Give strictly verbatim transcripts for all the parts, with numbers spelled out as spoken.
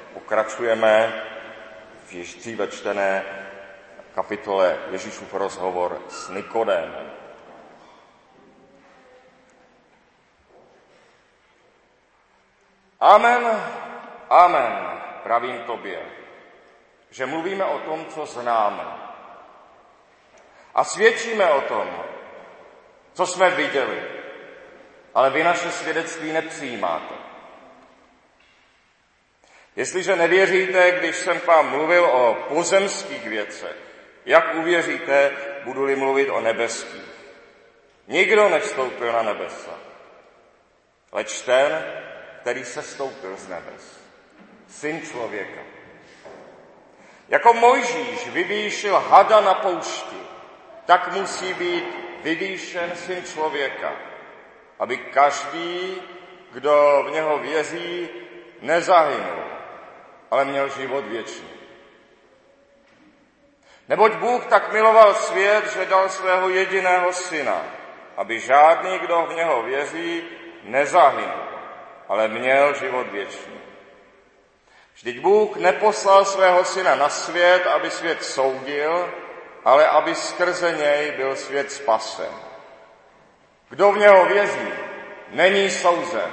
Pokračujeme v již dříve čtené kapitole Ježíšův rozhovor s Nikodémem. Amen, amen, pravím tobě, že mluvíme o tom, co známe. A svědčíme o tom, co jsme viděli, ale vy naše svědectví nepřijímáte. Jestliže nevěříte, když jsem k vám mluvil o pozemských věcech, jak uvěříte, budu-li mluvit o nebeských? Nikdo nevstoupil na nebesa, leč ten, který sestoupil z nebes, Syn člověka. Jako Mojžíš vyvýšil hada na poušti, tak musí být vyvýšen Syn člověka, aby každý, kdo v něho věří, nezahynul, ale měl život věčný. Neboť Bůh tak miloval svět, že dal svého jediného syna, aby žádný, kdo v něho věří, nezahynul, ale měl život věčný. Vždyť Bůh neposlal svého syna na svět, aby svět soudil, ale aby skrze něj byl svět spasen. Kdo v něho věří, není souzen.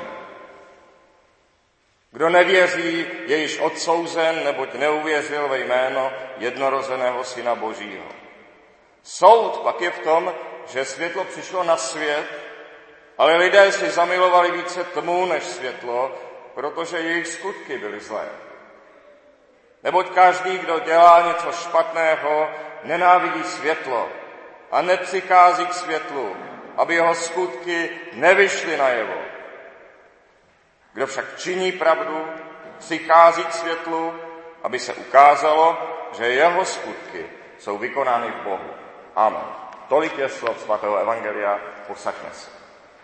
Kdo nevěří, je již odsouzen, neboť neuvěřil ve jméno jednorozeného Syna Božího. Soud pak je v tom, že světlo přišlo na svět, ale lidé si zamilovali více tmu než světlo, protože jejich skutky byly zlé. Neboť každý, kdo dělá něco špatného, nenávidí světlo a nepřichází k světlu, aby jeho skutky nevyšly najevo. Kdo však činí pravdu, přichází k světlu, aby se ukázalo, že jeho skutky jsou vykonány v Bohu. Amen. Tolik je slov svatého evangelia, posaďme se.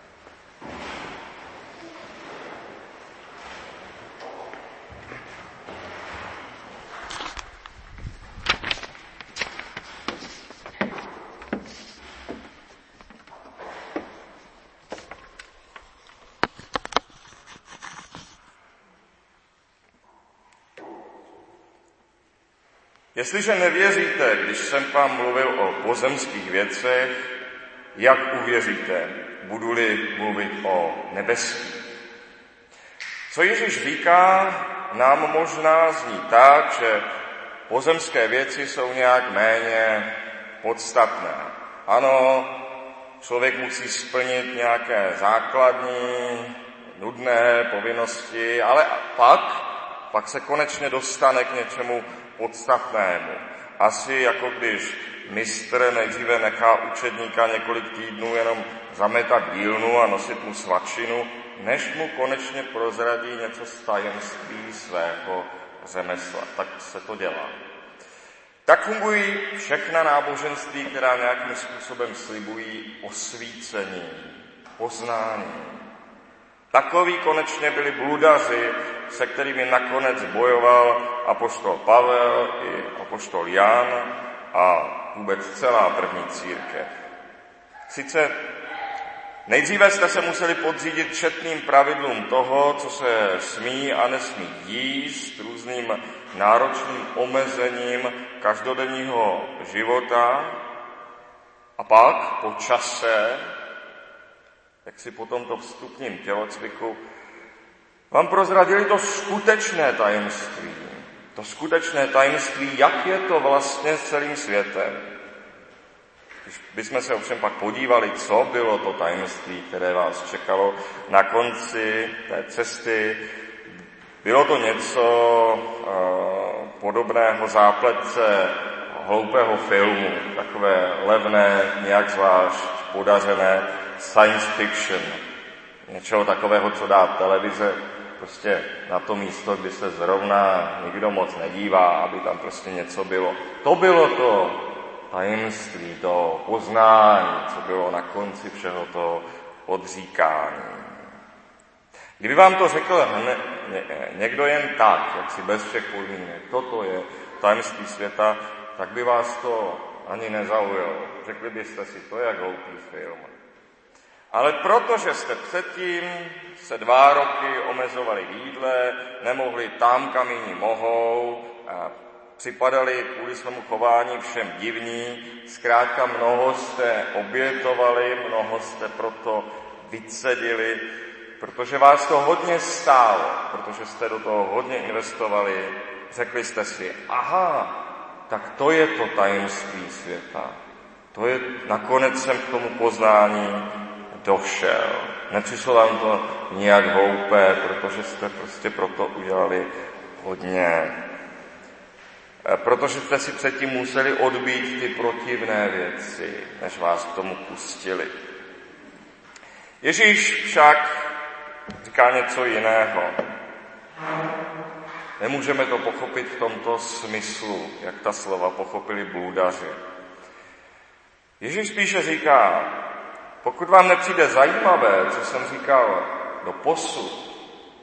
Jestliže nevěříte, když jsem k vám mluvil o pozemských věcech, jak uvěříte, budu-li mluvit o nebeských? Co Ježíš říká, nám možná zní tak, že pozemské věci jsou nějak méně podstatné. Ano, člověk musí splnit nějaké základní, nudné povinnosti, ale pak, pak se konečně dostane k něčemu podstatnému. Asi jako když mistr nejdříve nechá učedníka několik týdnů jenom zametat dílnu a nosit mu svačinu, než mu konečně prozradí něco z tajemství svého řemesla. Tak se to dělá. Tak fungují všechna náboženství, která nějakým způsobem slibují osvícení, poznání. Takoví konečně byli bludaři, se kterými nakonec bojoval apoštol Pavel i apoštol Jan a vůbec celá první církev. Sice nejdříve jste se museli podřídit četným pravidlům toho, co se smí a nesmí jíst, různým náročným omezením každodenního života, a pak po čase, jak si po tomto vstupním tělocviku, vám prozradili to skutečné tajemství. To skutečné tajemství, jak je to vlastně s celým světem. Když bychom se ovšem pak podívali, co bylo to tajemství, které vás čekalo na konci té cesty, bylo to něco uh, podobného zápletce hloupého filmu, takové levné, nějak zvlášť podařené science fiction. Něčeho takového, co dá televize prostě na to místo, kdy se zrovna nikdo moc nedívá, aby tam prostě něco bylo. To bylo to tajemství, to poznání, co bylo na konci všeho toho odříkání. Kdyby vám to řekl ne, ne, někdo jen tak, jak si bez všech podmínek, toto je tajemství světa, tak by vás to ani nezaujalo. Řekli byste si, to je jak hloupý film. Ale protože jste předtím se dva roky omezovali v jídle, nemohli tam, kam jiní mohou, a připadali kvůli svému chování všem divní, zkrátka mnoho jste obětovali, mnoho jste proto vycedili, protože vás to hodně stálo, protože jste do toho hodně investovali, řekli jste si, aha, tak to je to tajemství světa. To je, nakonec jsem k tomu poznání došel. Nepřišlo vám to nijak hloupé, protože jste prostě proto udělali hodně. Protože jste si předtím museli odbít ty protivné věci, než vás k tomu pustili. Ježíš však říká něco jiného. Nemůžeme to pochopit v tomto smyslu, jak ta slova pochopili blůdaři. Ježíš spíše říká, pokud vám nepřijde zajímavé, co jsem říkal doposud,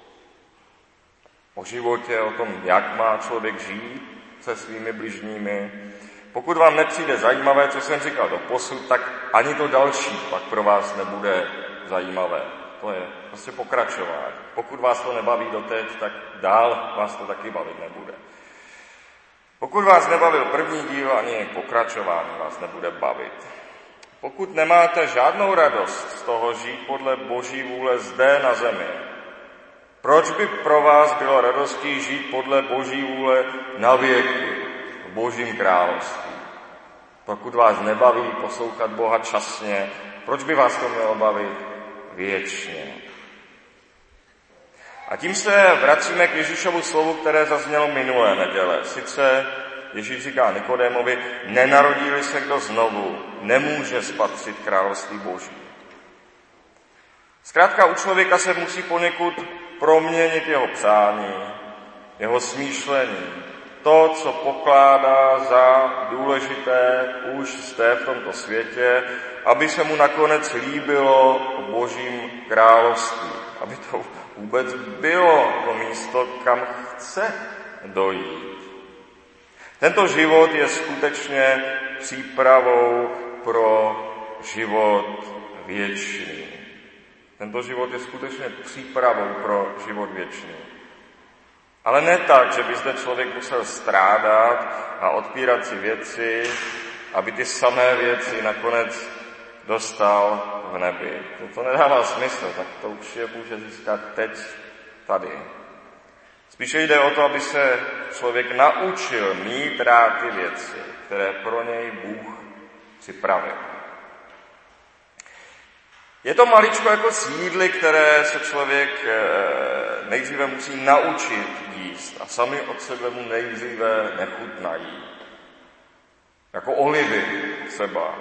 o životě, o tom, jak má člověk žít se svými bližními, pokud vám nepřijde zajímavé, co jsem říkal doposud, tak ani to další pak pro vás nebude zajímavé. To je prostě pokračování. Pokud vás to nebaví doteď, tak dál vás to taky bavit nebude. Pokud vás nebavil první díl, ani pokračování vás nebude bavit. Pokud nemáte žádnou radost z toho žít podle Boží vůle zde na zemi, proč by pro vás bylo radostí žít podle Boží vůle na věky v Božím království? Pokud vás nebaví poslouchat Boha časně, proč by vás to mělo bavit věčně? A tím se vracíme k Ježíšovu slovu, které zaznělo minulé neděle. Sice Ježíš říká Nikodémovi, nenarodí-li se kdo znovu, nemůže spatřit království Boží. Zkrátka u člověka se musí poněkud proměnit jeho přání, jeho smýšlení, to, co pokládá za důležité už zde v tomto světě, aby se mu nakonec líbilo v Božím království, aby to vůbec bylo to místo, kam chce dojít. Tento život je skutečně přípravou pro život věčný. Tento život je skutečně přípravou pro život věčný. Ale ne tak, že by zde člověk musel strádat a odpírat si věci, aby ty samé věci nakonec dostal v nebi. To, to nedává smysl, tak to už je může získat teď, tady. Spíše jde o to, aby se člověk naučil mít rád ty věci, které pro něj Bůh připravil. Je to maličko jako s jídly, které se člověk nejdříve musí naučit jíst a sami od sebe mu nejdříve nechutnají. Jako olivy třeba.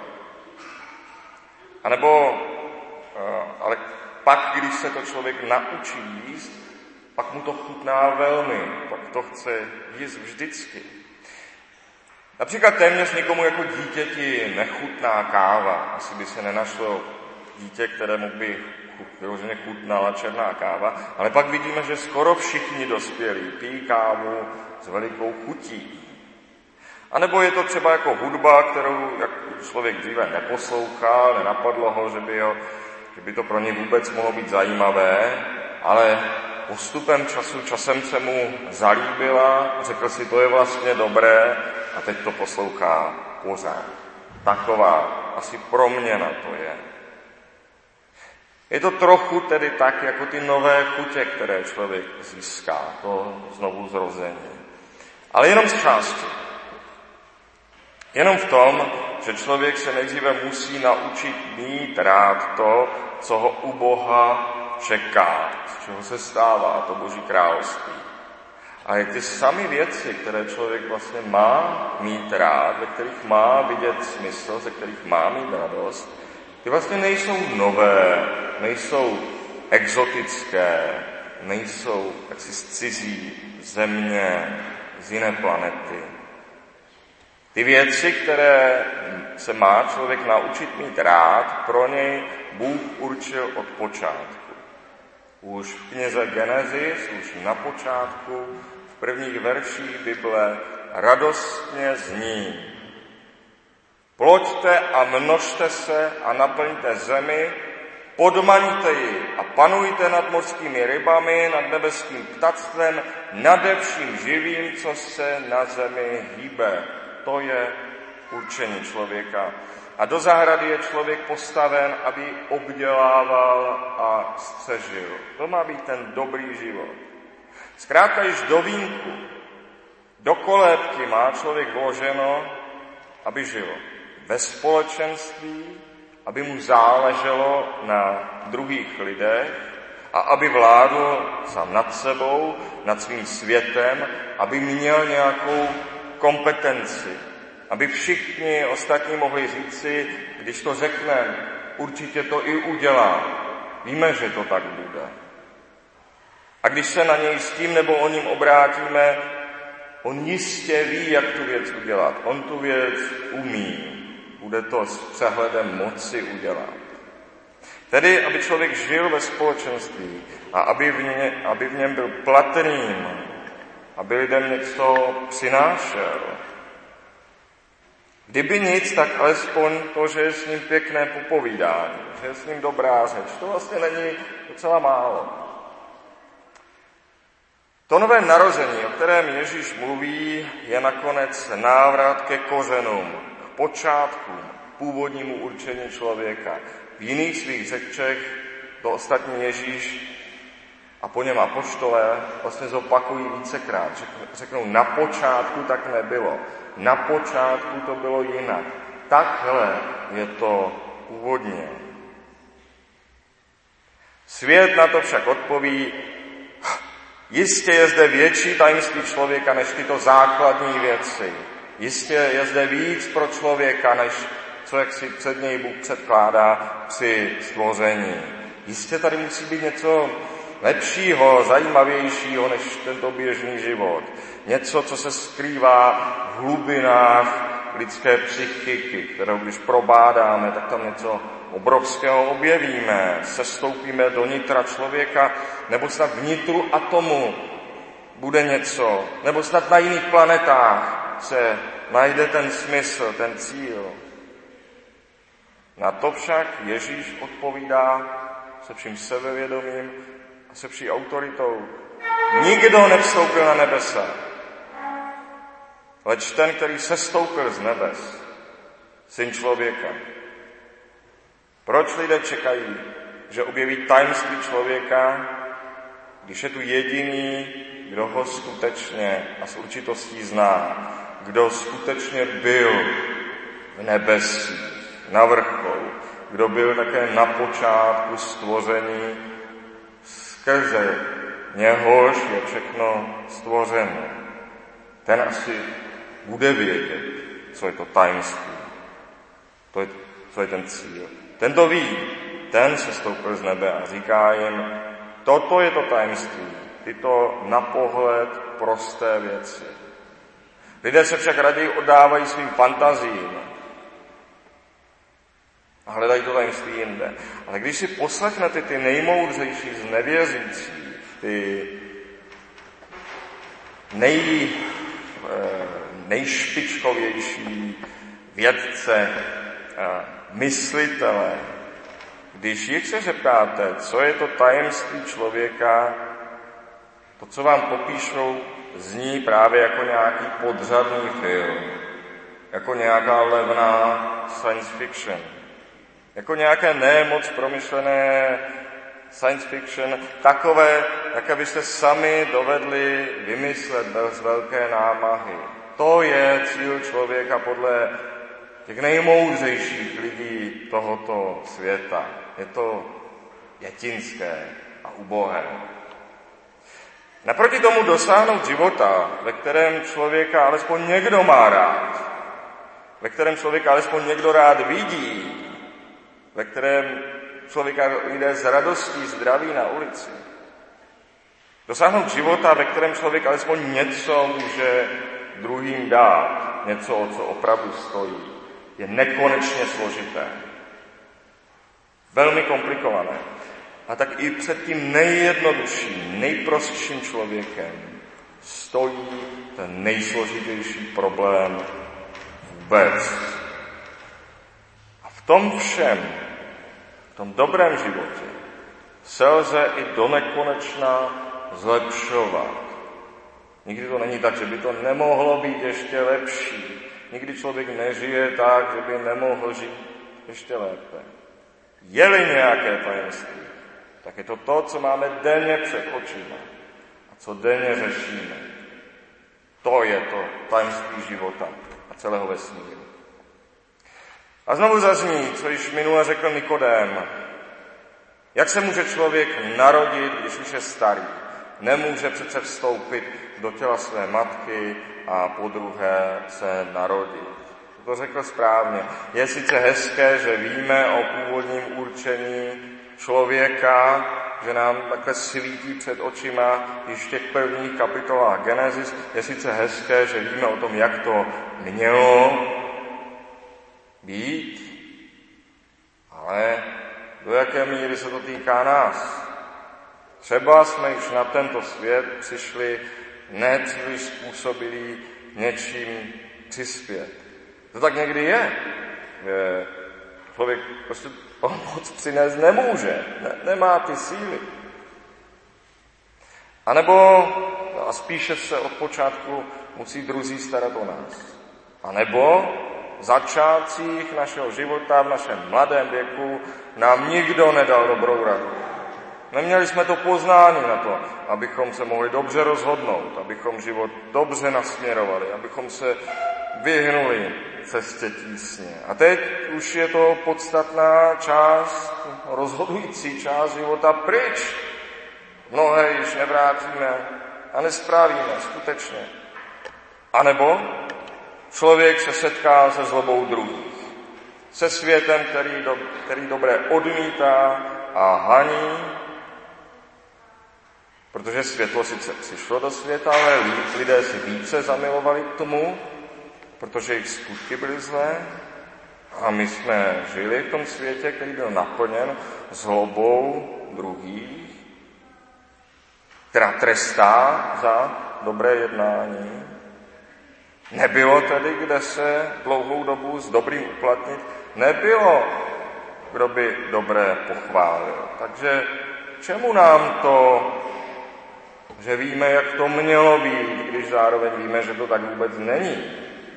A nebo, ale pak, když se to člověk naučí jíst, pak mu to chutná velmi, pak to chce jíst vždycky. Například téměř někomu jako dítěti nechutná káva. Asi by se nenašlo dítě, kterému by vyloženě chutnala černá káva, ale pak vidíme, že skoro všichni dospělí pijí kávu s velikou chutí. A nebo je to třeba jako hudba, kterou jak člověk dříve neposlouchal, nenapadlo ho, že by, ho, že by to pro ně vůbec mohlo být zajímavé, ale postupem času, časem se mu zalíbila, řekl si, to je vlastně dobré a teď to poslouchá pořád. Taková asi proměna to je. Je to trochu tedy tak, jako ty nové chutě, které člověk získá, to znovu zrození. Ale jenom z části. Jenom v tom, že člověk se nejdříve musí naučit mít rád to, co ho u Boha čeká, z čeho se stává to Boží království. A ty samé věci, které člověk vlastně má mít rád, ve kterých má vidět smysl, ze kterých má mít radost, ty vlastně nejsou nové, nejsou exotické, nejsou jaksi z cizí země, z jiné planety. Ty věci, které se má člověk naučit mít rád, pro něj Bůh určil od počátku. Už v knize Genesis, už na počátku, v prvních verších Bible radostně zní: Ploďte a množte se a naplňte zemi Podmaňte ji a panujte nad mořskými rybami, nad nebeským ptactvem, nade vším živým, co se na zemi hýbe. To je určení člověka. A do zahrady je člověk postaven, aby obdělával a střežil. To má být ten dobrý život. Zkrátka již do vínku, do kolébky má člověk vloženo, aby žil ve společenství, aby mu záleželo na druhých lidech a aby vládl sám nad sebou, nad svým světem, aby měl nějakou kompetenci, aby všichni ostatní mohli říci, když to řekne, určitě to i udělá. Víme, že to tak bude. A když se na něj s tím nebo o ním obrátíme, on jistě ví, jak tu věc udělat. On tu věc umí. Bude to s přehledem moci udělat. Tedy, aby člověk žil ve společenství a aby v, ně, aby v něm byl platným, aby lidem něco přinášel. Kdyby nic, tak alespoň to, že je s ním pěkné popovídání, že je s ním dobrá řeč. To vlastně není docela málo. To nové narození, o kterém Ježíš mluví, je nakonec návrat ke kořenům, k počátku, původnímu určení člověka. V jiných svých řečech to ostatní Ježíš a po něm apoštolé vlastně zopakují vícekrát. Řeknou, na počátku tak nebylo. Na počátku to bylo jinak. Takhle je to původně. Svět na to však odpoví, jistě je zde větší tajemství člověka než tyto základní věci. Jistě je zde víc pro člověka, než co jak si před něj Bůh předkládá při stvoření. Jistě tady musí být něco lepšího, zajímavějšího než tento běžný život. Něco, co se skrývá v hlubinách lidské psychiky, kterou když probádáme, tak tam něco obrovského objevíme. Sestoupíme do nitra člověka, nebo snad vnitru atomu bude něco, nebo snad na jiných planetách se najde ten smysl, ten cíl. Na to však Ježíš odpovídá se vším sebevědomím a se vší autoritou. Nikdo nevstoupil na nebesa, leč ten, který sestoupil z nebes, Syn člověka. Proč lidé čekají, že objeví tajemství člověka, když je tu jediný, kdo ho skutečně a s určitostí zná, kdo skutečně byl v nebesích, na vrcholu, kdo byl také na počátku stvoření, skrze něhož je všechno stvořeno. Ten asi bude vědět, co je to tajemství, to je, co je ten cíl. Ten to ví, ten se stoupil z nebe a říká jim, toto je to tajemství, tyto na pohled prosté věci. Lidé se však raději oddávají svým fantazím a hledají to tajemství jinde. Ale když si poslechnete ty nejmoudřejší z nevěřících, ty nej, nejšpičkovější vědce, myslitele, když jich se zeptáte, co je to tajemství člověka, to, co vám popíšou, zní právě jako nějaký podřadný film, jako nějaká levná science fiction, jako nějaké nemoc promyšlené science fiction, takové, jaké byste sami dovedli vymyslet bez velké námahy. To je cíl člověka podle těch nejmoudřejších lidí tohoto světa. Je to dětinské a ubohé. Naproti tomu dosáhnout života, ve kterém člověka alespoň někdo má rád, ve kterém člověka alespoň někdo rád vidí, ve kterém člověka lidé s radostí zdraví na ulici. Dosáhnout života, ve kterém člověk alespoň něco může druhým dát, něco, o co opravdu stojí, je nekonečně složité. Velmi komplikované. A tak i před tím nejjednodušším, nejprostším člověkem stojí ten nejsložitější problém vůbec. A v tom všem, v tom dobrém životě se lze i do nekonečna zlepšovat. Nikdy to není tak, že by to nemohlo být ještě lepší. Nikdy člověk nežije tak, že by nemohl žít ještě lépe. Je-li nějaké tajemství, tak je to to, co máme denně před očima a co denně řešíme. To je to tajemství života a celého vesmíru. A znovu zazní, co již minule řekl Nikodém. Jak se může člověk narodit, když už je starý? Nemůže přece vstoupit do těla své matky a podruhé se narodit. To řekl správně. Je sice hezké, že víme o původním určení člověka, že nám takhle svítí před očima již v těch prvních kapitolách Genesis. Je sice hezké, že víme o tom, jak to mělo být, ale do jaké míry se to týká nás? Třeba jsme již na tento svět přišli nepříliš způsobilí něčím přispět. To tak někdy je, že člověk prostě pomoc přinést nemůže, ne, nemá ty síly. A nebo, a spíše se od počátku musí druzí starat o nás. A nebo v začátcích našeho života, v našem mladém věku, nám nikdo nedal dobrou radu. Neměli jsme to poznání na to, abychom se mohli dobře rozhodnout, abychom život dobře nasměrovali, abychom se vyhnuli cestě tísně. A teď už je to podstatná část, rozhodující část života pryč. Mnohé již nevrátíme a nesprávíme skutečně. A nebo člověk se setká se zlobou druhých. Se světem, který, do, který dobré odmítá a haní, protože světlo sice přišlo do světa, ale lidé si více zamilovali k tomu, protože jejich skutky byly zlé. A my jsme žili v tom světě, který byl naplněn zlobou druhých, která trestá za dobré jednání. Nebylo tedy, kde se dlouhou dobu s dobrým uplatnit, nebylo, kdo by dobré pochválil. Takže čemu nám to, že víme, jak to mělo být, když zároveň víme, že to tak vůbec není?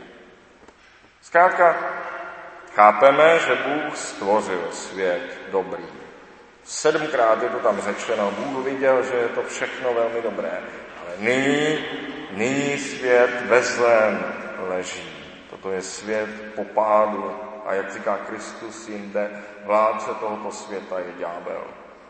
Zkrátka, chápeme, že Bůh stvořil svět dobrý. Sedmkrát je to tam řečeno, Bůh viděl, že je to všechno velmi dobré. Ale nyní, nyní svět ve zlém leží. Toto je svět po pádu a jak říká Kristus jinde, vládce tohoto světa je ďábel.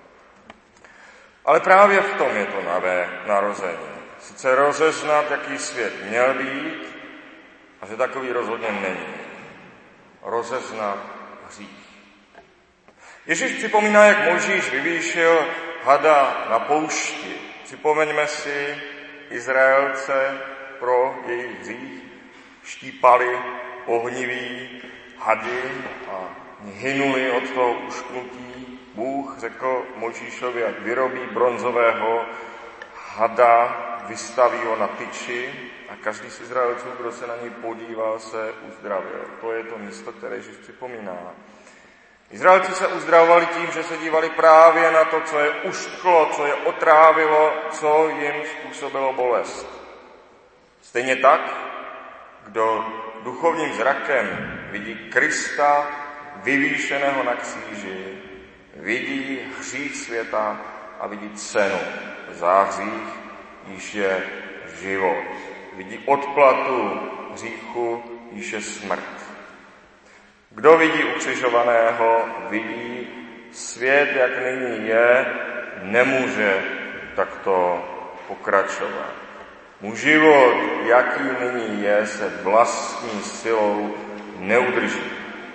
Ale právě v tom je to nové narození. Sice rozeznat, jaký svět měl být, a že takový rozhodně není. Rozeznat hřích. Ježíš připomíná, jak Mojžíš vyvýšil hada na poušti. Připomeňme si Izraelce pro jejich hřích. Štípali ohniví hady a hynuli od toho ušknutí. Bůh řekl Mojžíšovi, ať vyrobí bronzového hada, vystaví ho na tyči a každý z Izraelců, kdo se na něj podíval, se uzdravil. To je to místo, které Ježíš připomíná. Izraelci se uzdravovali tím, že se dívali právě na to, co je uštklo, co je otrávilo, co jim způsobilo bolest. Stejně tak, kdo duchovním zrakem vidí Krista vyvýšeného na kříži, vidí hřích světa a vidí cenu za hřích, již je život. Vidí odplatu hříchu, již je smrt. Kdo vidí ukřižovaného, vidí svět, jak nyní je, nemůže takto pokračovat. Mu život, jaký nyní je, se vlastní silou neudrží.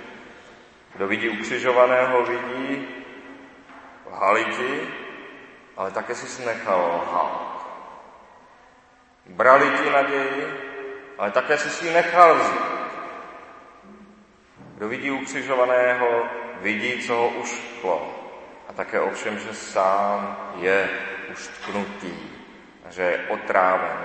Kdo vidí ukřižovaného, vidí lhali ti, ale také si nechal lhát. Brali ti naději, ale také si si nechal vzít. Kdo vidí ukřižovaného, vidí, co ho uštklo. A také ovšem, že sám je uštknutý, že je otráven.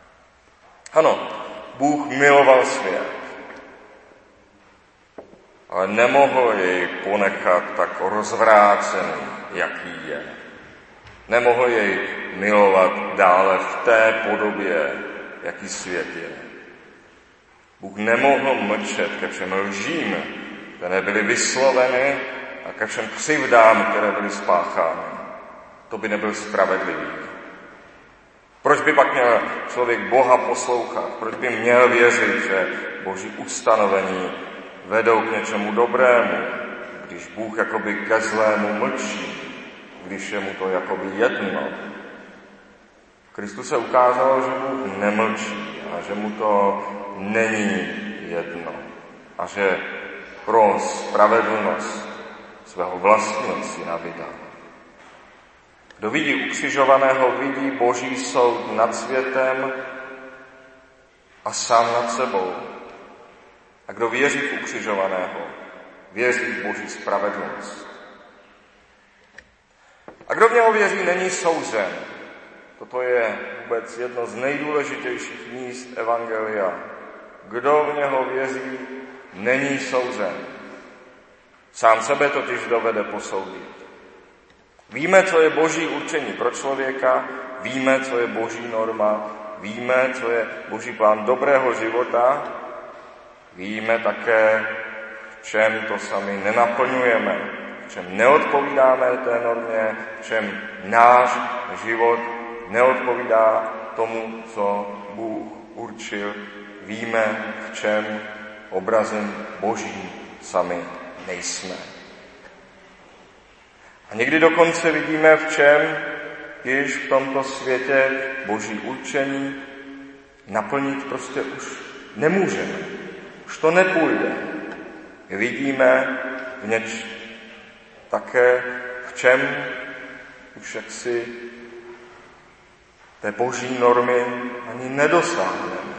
Ano, Bůh miloval svět. ale nemohl jej ponechat tak rozvrácený, jaký je. Nemohl jej milovat dále v té podobě, jaký svět je. Bůh nemohl mlčet ke všem lžím, které byly vysloveny, a ke všem křivdám, které byly spáchány. To by nebyl spravedlivý. Proč by pak měl člověk Boha poslouchat? Proč by měl věřit, že Boží ustanovení vedou k něčemu dobrému, když Bůh jakoby ke zlému mlčí, když je mu to jakoby jedno? Kristus se ukázalo, že Bůh nemlčí a že mu to není jedno a že pro spravedlnost svého vlastního syna vydal. Kdo vidí ukřižovaného, vidí Boží soud nad světem a sám nad sebou. A kdo věří v ukřižovaného, věří v Boží spravedlnost. A kdo v něho věří, není souzen. Toto je vůbec jedno z nejdůležitějších míst evangelia. Kdo v něho věří, není souzen. Sám sebe totiž dovede posoudit. Víme, co je Boží určení pro člověka, víme, co je Boží norma, víme, co je Boží plán dobrého života, víme také, v čem to sami nenaplňujeme, v čem neodpovídáme té normě, v čem náš život neodpovídá tomu, co Bůh určil. Víme, v čem obrazem Božím sami nejsme. A někdy dokonce vidíme, v čem již v tomto světě Boží určení naplnit prostě už nemůžeme. Už to nepůjde. Vidíme v něč také, v čem už jaksi té Boží normy ani nedosáhneme.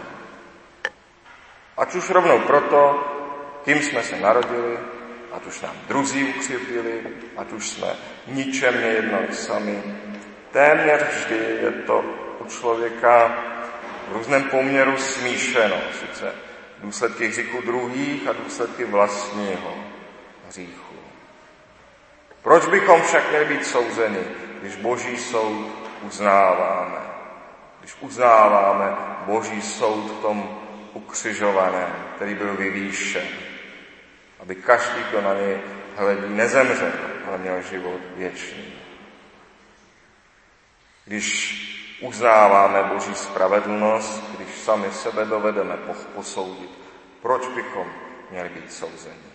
Ať už rovnou proto, kým jsme se narodili, ať už nám druzí ukřivdili, ať už jsme ničem nejednali sami. Téměř vždy je to u člověka v různém poměru smíšeno, sice důsledky hříchu druhých a důsledky vlastního hříchu. Proč bychom však měli být souzeni, když Boží soud uznáváme? Když uznáváme Boží soud v tom ukřižovaném, který byl vyvýšen, aby každý, kdo na něj hledí, nezemřel, ale měl život věčný. Když uznáváme Boží spravedlnost, když sami sebe dovedeme posoudit, proč bychom měli být souzeni?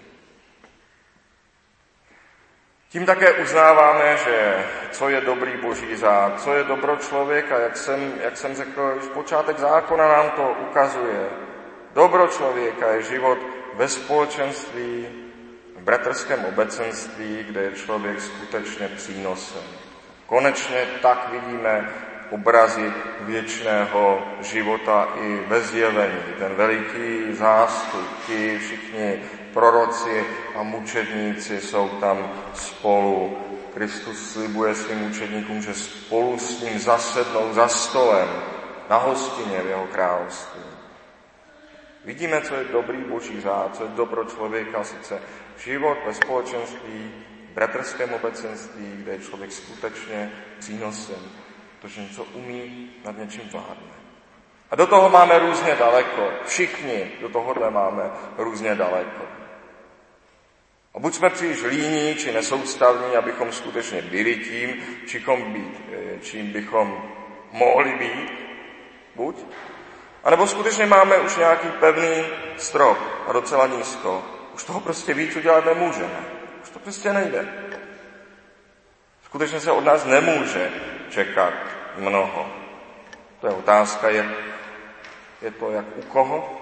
Tím také uznáváme, že co je dobrý Boží řád, co je dobro člověka, jak jsem, jak jsem řekl, už počátek zákona nám to ukazuje. Dobro člověka je život ve společenství, v bratrském obecenství, kde je člověk skutečně přínosem. Konečně tak vidíme obrazy věčného života i ve zjevení. Ten veliký zástup, ti všichni proroci a mučedníci jsou tam spolu. Kristus slibuje svým učedníkům, že spolu s ním zasednou za stolem na hostině v jeho království. Vidíme, co je dobrý Boží řád, co je dobro člověka, sice život ve společenství, v bratrském obecenství, kde je člověk skutečně přínosem, protože něco umí, nad něčím vládne. A do toho máme různě daleko. Všichni do tohohle máme různě daleko. A buď jsme příliš líní, či nesoustavní, abychom skutečně byli tím, čikom být, čím bychom mohli být, buď. A nebo skutečně máme už nějaký pevný strop a docela nízko. Už toho prostě víc udělat nemůžeme. Už to prostě nejde. Skutečně se od nás nemůže čekat mnoho. To je otázka, je, je to jak u koho?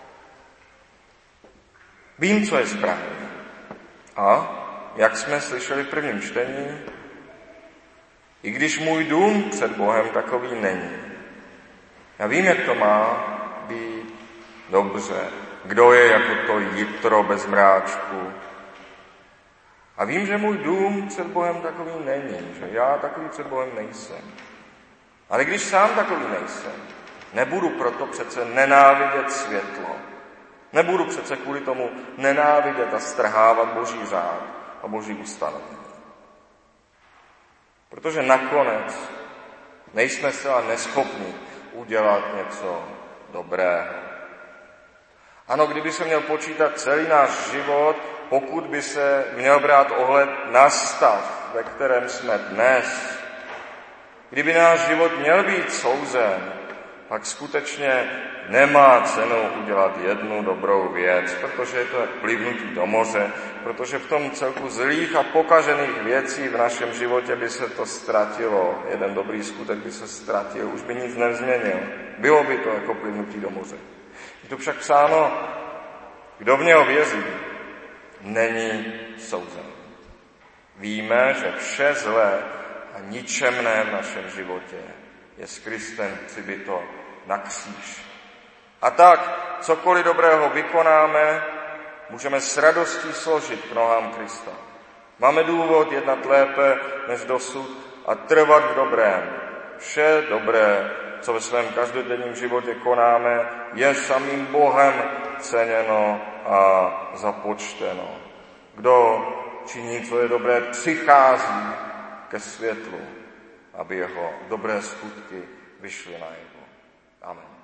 Vím, co je správně. A jak jsme slyšeli v prvním čtení, i když můj dům před Bohem takový není. Já vím, jak to má být dobře. Kdo je jako to jitro bez mráčku. A vím, že můj dům před Bohem takový není, že já takový před Bohem nejsem. Ale když sám takový nejsem, nebudu proto přece nenávidět světlo. Nebudu přece kvůli tomu nenávidět a strhávat Boží řád a Boží ustanovení. Protože nakonec nejsme zcela neschopni udělat něco dobrého. Ano, kdyby se měl počítat celý náš život, pokud by se měl brát ohled na stav, ve kterém jsme dnes, kdyby náš život měl být souzen, pak skutečně nemá cenu udělat jednu dobrou věc, protože je to jak plivnutí do moře, protože v tom celku zlých a pokažených věcí v našem životě by se to ztratilo. Jeden dobrý skutek by se ztratil, už by nic nezměnil. Bylo by to jako plivnutí do moře. Je to však psáno, kdo v něho věří, není souzen. Víme, že vše zlé a ničemné v našem životě je s Kristem přibito na kříž. A tak, cokoliv dobrého vykonáme, můžeme s radostí složit k nohám Krista. Máme důvod jednat lépe než dosud a trvat v dobrém. Vše dobré, co ve svém každodenním životě konáme, je samým Bohem ceněno a započteno. Kdo činí, co je dobré, přichází ke světlu, aby jeho dobré skutky vyšly najevo. Amen.